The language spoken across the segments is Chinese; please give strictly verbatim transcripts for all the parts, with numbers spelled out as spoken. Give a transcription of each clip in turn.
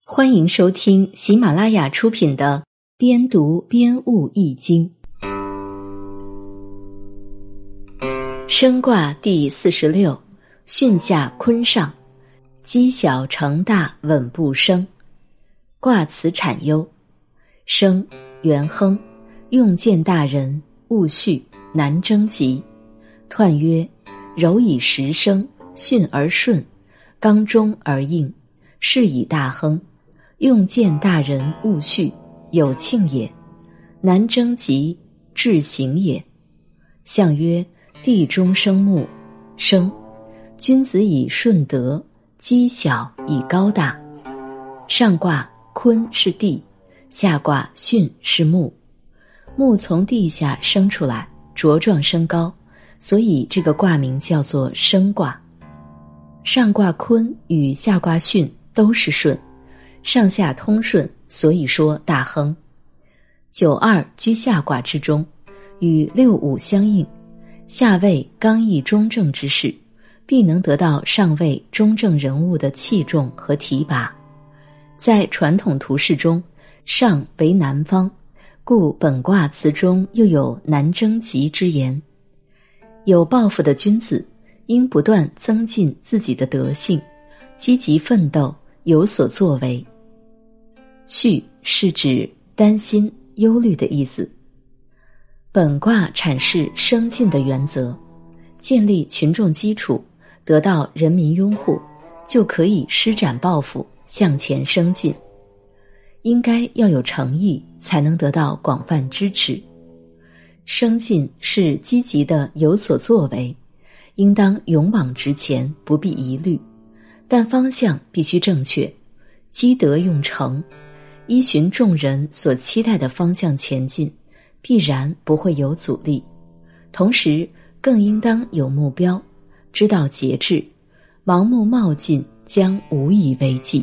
欢迎收听喜马拉雅出品的边读边悟易经。升卦第四十六，巽下坤上，积小成大，稳不生。卦辞产忧。升，元亨，用见大人，勿恤，难征吉。彖曰：柔以时生，巽而顺，刚中而应，是以大亨。用见大人，勿恤，有庆也。难征吉，至行也。象曰：地中生木，生。君子以顺德，积小以高大。上卦坤是地，下卦巽是木。木从地下生出来，茁壮升高，所以这个卦名叫做升卦。上卦坤与下卦巽都是顺，上下通顺，所以说大亨。九二居下卦之中，与六五相应，下位刚毅中正之士，必能得到上位中正人物的器重和提拔。在传统图示中，上为南方，故本卦辞中又有难征吉之言。有抱负的君子应不断增进自己的德性，积极奋斗，有所作为。恤是指担心、忧虑的意思。本卦阐释生进的原则，建立群众基础，得到人民拥护，就可以施展抱负，向前生进。应该要有诚意，才能得到广泛支持。生进是积极的有所作为，应当勇往直前，不必疑虑，但方向必须正确，积德用诚，依循众人所期待的方向前进，必然不会有阻力。同时更应当有目标，知道节制，盲目冒进将无以为继。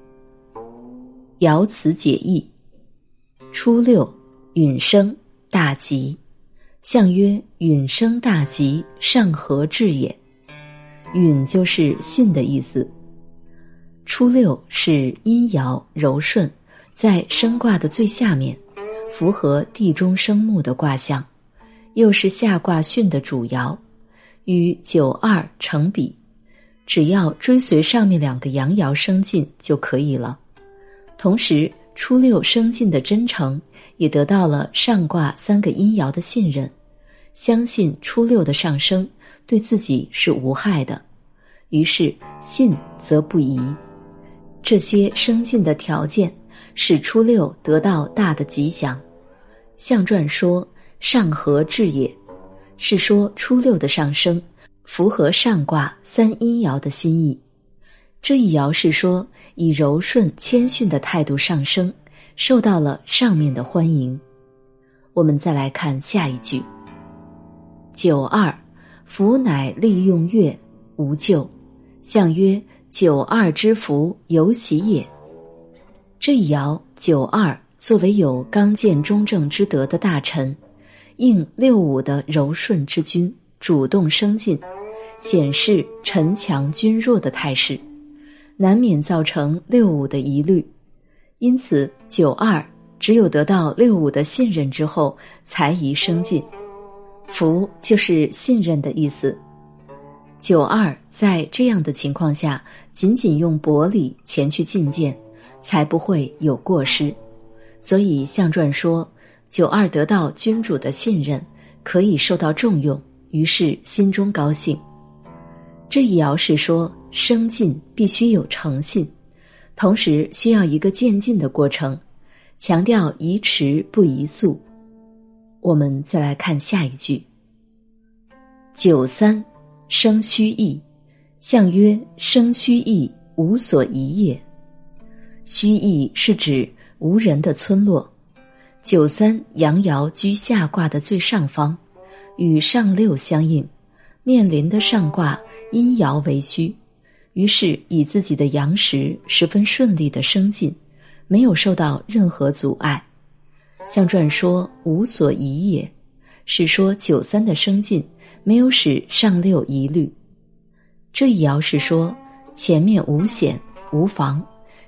爻辞解义。初六，允生，大吉。象曰：允生大吉，上合至也。允就是信的意思。初六是阴爻柔顺，在升卦的最下面，符合地中生木的卦象，又是下卦巽的主爻，与九二成比，只要追随上面两个阳爻升进就可以了。同时初六升进的真诚，也得到了上卦三个阴爻的信任，相信初六的上升对自己是无害的，于是信则不疑。这些升进的条件使初六得到大的吉祥。象传说上合至也，是说初六的上升符合上卦三阴爻的心意。这一爻是说以柔顺谦逊的态度上升，受到了上面的欢迎。我们再来看下一句。九二，福乃利用月，无咎。象曰：九二之福，有喜也。这一爻九二作为有刚健中正之德的大臣，应六五的柔顺之君，主动升进，显示臣强君弱的态势，难免造成六五的疑虑。因此九二只有得到六五的信任之后，才宜升进。福就是信任的意思。九二在这样的情况下，仅仅用薄礼前去觐见，才不会有过失。所以象传说九二得到君主的信任，可以受到重用，于是心中高兴。这一爻是说升进必须有诚信，同时需要一个渐进的过程，强调宜迟不宜速。我们再来看下一句。九三，生虚意。象曰：生虚意，无所疑也。虚意是指无人的村落。九三阳爻居下卦的最上方，与上六相应，面临的上卦阴爻为虚，于是以自己的阳时十分顺利的升进，没有受到任何阻碍。象传说无所疑也，是说九三的升进没有使上六疑虑。这一爻是说前面无险无妨，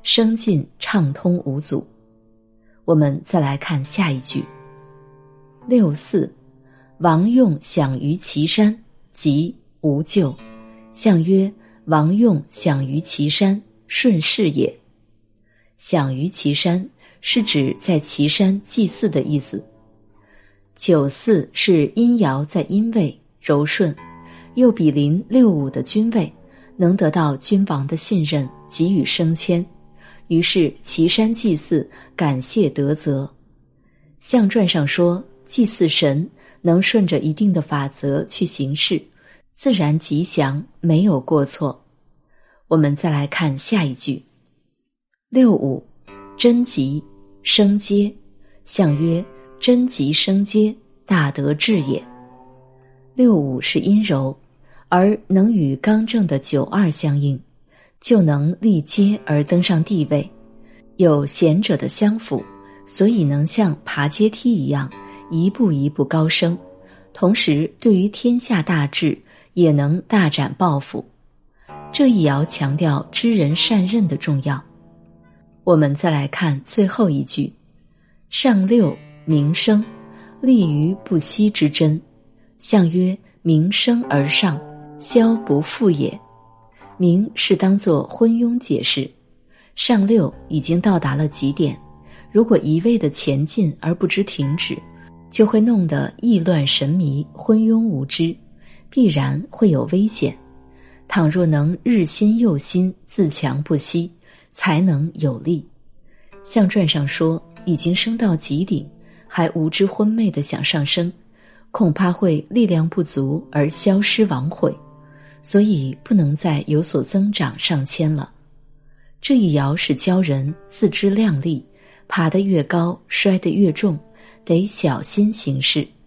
声尽畅通无阻。我们再来看下一句。六四，王用享于岐山，即无咎。象曰：王用享于岐山，顺势也。享于岐山是指在岐山祭祀的意思。九四是阴爻在阴位，柔顺，又比邻六五的君位，能得到君王的信任，给予升迁，于是岐山祭祀，感谢德泽。象传上说，祭祀神能顺着一定的法则去行事，自然吉祥，没有过错。我们再来看下一句。六五，贞吉，升阶。象曰：贞吉升阶，大德至也。六五是阴柔，而能与刚正的九二相应，就能立阶而登上地位，有贤者的相辅，所以能像爬阶梯一样一步一步高升，同时对于天下大治也能大展抱负。这一爻强调知人善任的重要。我们再来看最后一句。上六，名声，立于不息之真。象曰：名声而上，消不复也。名是当作昏庸解释，上六已经到达了极点，如果一味的前进而不知停止，就会弄得意乱神迷，昏庸无知，必然会有危险。倘若能日新又新，自强不息，才能有力。象传上说，已经升到极顶，还无知昏昧地想上升，恐怕会力量不足而消失亡毁，所以不能再有所增长上迁了。这一爻是教人自知量力，爬得越高，摔得越重，得小心行事。